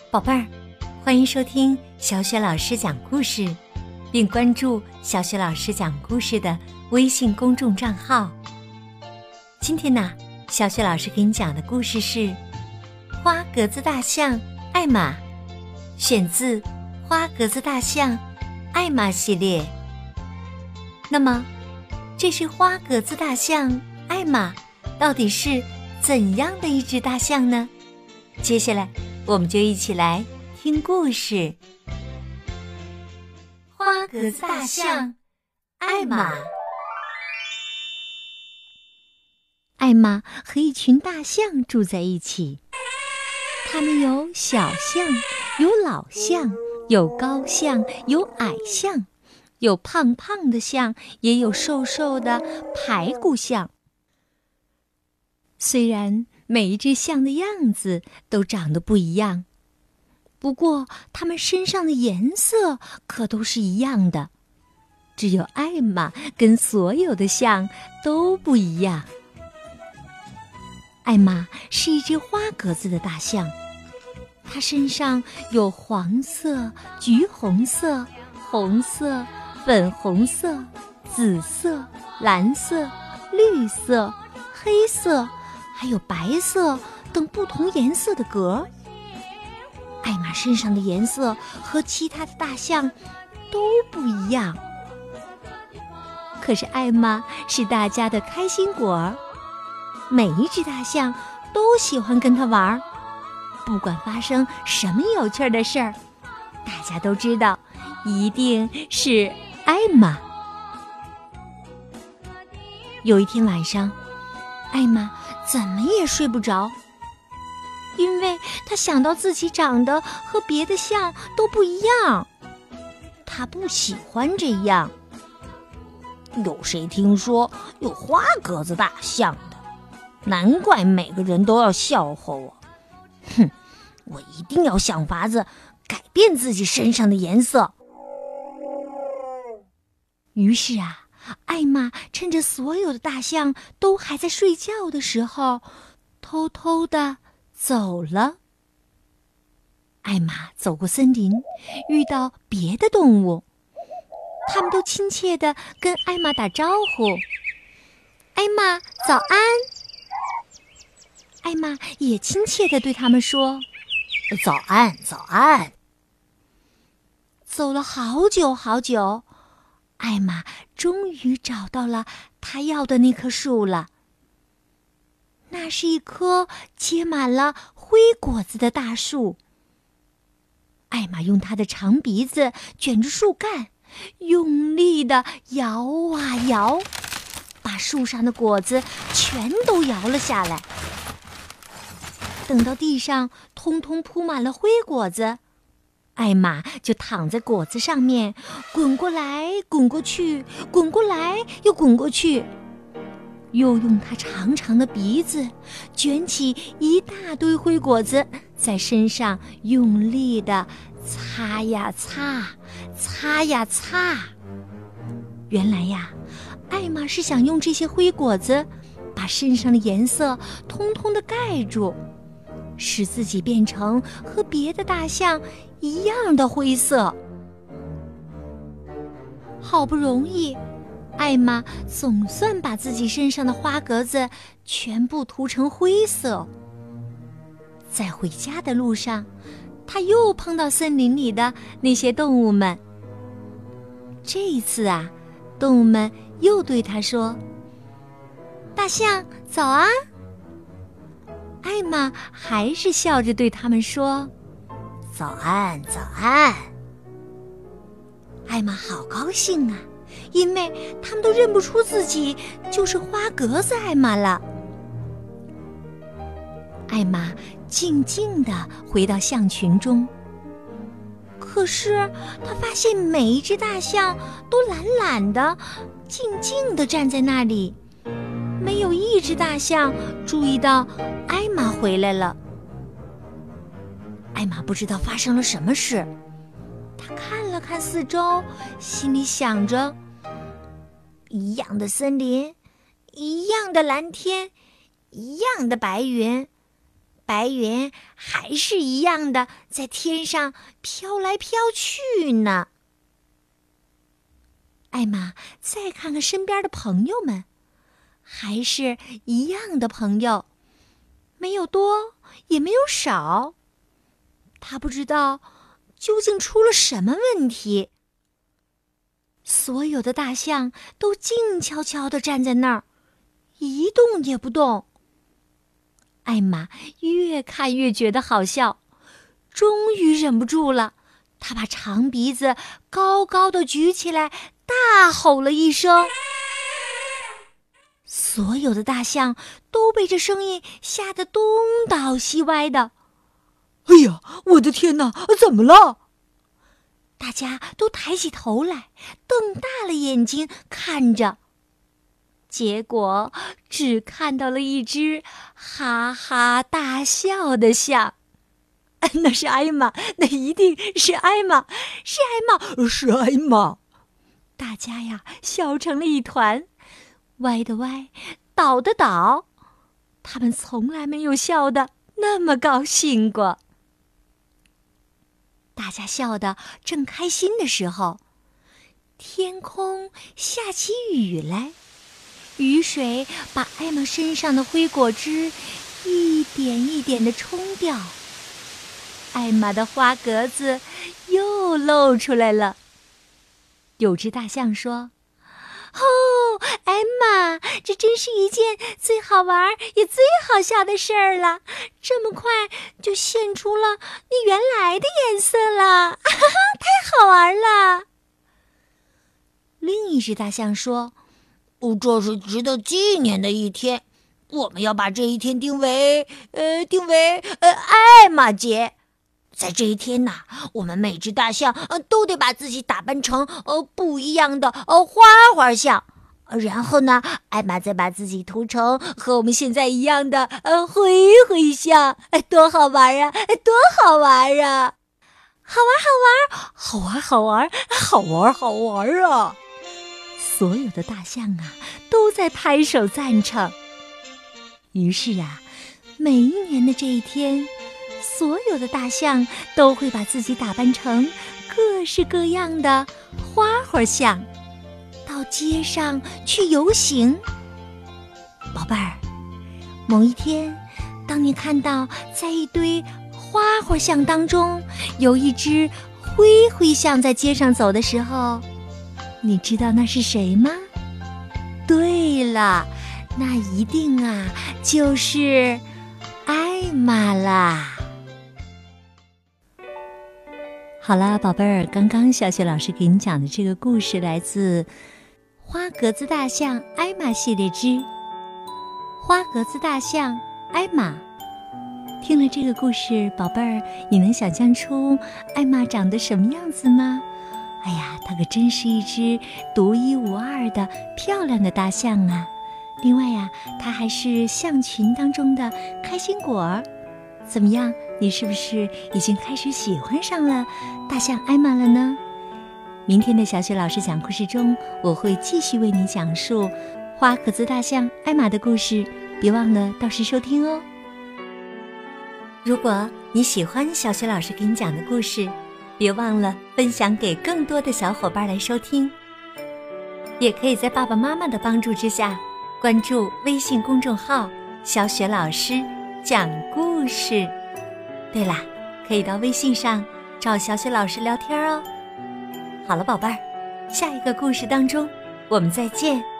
宝贝儿，欢迎收听小雪老师讲故事，并关注小雪老师讲故事的微信公众账号。今天呢，小雪老师给你讲的故事是《花格子大象艾玛》，选自《花格子大象艾玛》系列。那么，这是花格子大象艾玛到底是怎样的一只大象呢？接下来我们就一起来听故事。花格子大象艾玛。艾玛和一群大象住在一起，它们有小象，有老象，有高象，有矮象，有胖胖的象，也有瘦瘦的排骨象。虽然每一只象的样子都长得不一样，不过它们身上的颜色可都是一样的。只有艾玛跟所有的象都不一样。艾玛是一只花格子的大象，它身上有黄色、橘红色、红色、粉红色、紫色、蓝色、绿色、黑色，还有白色等不同颜色的格。艾玛身上的颜色和其他的大象都不一样，可是艾玛是大家的开心果，每一只大象都喜欢跟它玩，不管发生什么有趣的事儿，大家都知道一定是艾玛。有一天晚上，艾玛怎么也睡不着，因为她想到自己长得和别的象都不一样，她不喜欢这样。 有谁听说有花格子大象的？难怪每个人都要笑话我。哼，我一定要想法子改变自己身上的颜色。 于是啊，艾玛趁着所有的大象都还在睡觉的时候，偷偷地走了。艾玛走过森林，遇到别的动物，他们都亲切地跟艾玛打招呼：“艾玛，早安！”艾玛也亲切地对他们说：“ 早安，早安。” 走了好久好久，艾玛终于找到了她要的那棵树了。那是一棵结满了灰果子的大树。艾玛用她的长鼻子卷着树干，用力地摇啊摇，把树上的果子全都摇了下来。等到地上通通铺满了灰果子，艾玛就躺在果子上面，滚过来滚过去，滚过来又滚过去，又用她长长的鼻子卷起一大堆灰果子，在身上用力地擦呀擦，擦呀擦。原来呀，艾玛是想用这些灰果子把身上的颜色通通地盖住，使自己变成和别的大象一样的灰色。好不容易，艾玛总算把自己身上的花格子全部涂成灰色。在回家的路上，她又碰到森林里的那些动物们。这一次啊，动物们又对她说：“大象，早安！”艾玛还是笑着对他们说：“ 早安，早安。” 艾玛好高兴啊，因为他们都认不出自己就是花格子艾玛了。艾玛静静地回到象群中，可是她发现每一只大象都懒懒的、静静地站在那里，没有一只大象注意到艾玛回来了。艾玛不知道发生了什么事，她看了看四周，心里想着：一样的森林，一样的蓝天，一样的白云， 白云还是一样的在天上飘来飘去呢。艾玛再看看身边的朋友们，还是一样的朋友，没有多也没有少。她不知道究竟出了什么问题。所有的大象都静悄悄地站在那儿，一动也不动。艾玛越看越觉得好笑，终于忍不住了，她把长鼻子高高的举起来，大吼了一声。所有的大象都被这声音吓得东倒西歪的。 哎呀，我的天哪，怎么了？ 大家都抬起头来，瞪大了眼睛看着，结果只看到了一只哈哈大笑的象。那是艾玛，那一定是艾玛，是艾玛， 是艾玛！ 大家呀，笑成了一团，歪的歪，倒的倒，他们从来没有笑得那么高兴过。大家笑得正开心的时候，天空下起雨来，雨水把艾玛身上的灰果汁一点一点地冲掉，艾玛的花格子又露出来了。有只大象说：“哦，艾玛，这真是一件最好玩也最好笑的事儿了！这么快就现出了你原来的颜色了，哈哈，太好玩了！”另一只大象说：“ 这是值得纪念的一天，我们要把这一天定为艾玛节。在这一天呐，我们每只大象都得把自己打扮成不一样的花花象，然后呢，艾玛再把自己涂成和我们现在一样的灰灰象，多好玩啊！多好玩啊！ 好玩， 好玩，好玩，好玩，好玩啊！ 所有的大象啊，都在拍手赞成。于是啊，每一年的这一天，所有的大象都会把自己打扮成各式各样的花花象，到街上去游行。宝贝儿，某一天，当你看到在一堆花花象当中有一只灰灰象在街上走的时候，你知道那是谁吗？对了，那一定啊就是艾玛啦。好啦，宝贝儿，刚刚小雪老师给你讲的这个故事来自《花格子大象艾玛系列之花格子大象艾玛》。听了这个故事，宝贝儿，你能想象出艾玛长得什么样子吗？哎呀，它可真是一只独一无二的漂亮的大象啊！另外呀，它还是象群当中的开心果。怎么样，你是不是已经开始喜欢上了大象艾玛了呢？明天的小雪老师讲故事中，我会继续为你讲述花格子大象艾玛的故事，别忘了到时收听哦。如果你喜欢小雪老师给你讲的故事，别忘了分享给更多的小伙伴来收听。也可以在爸爸妈妈的帮助之下，关注微信公众号小雪老师讲故事。对啦，可以到微信上找小雪老师聊天哦。好了，宝贝儿，下一个故事当中我们再见。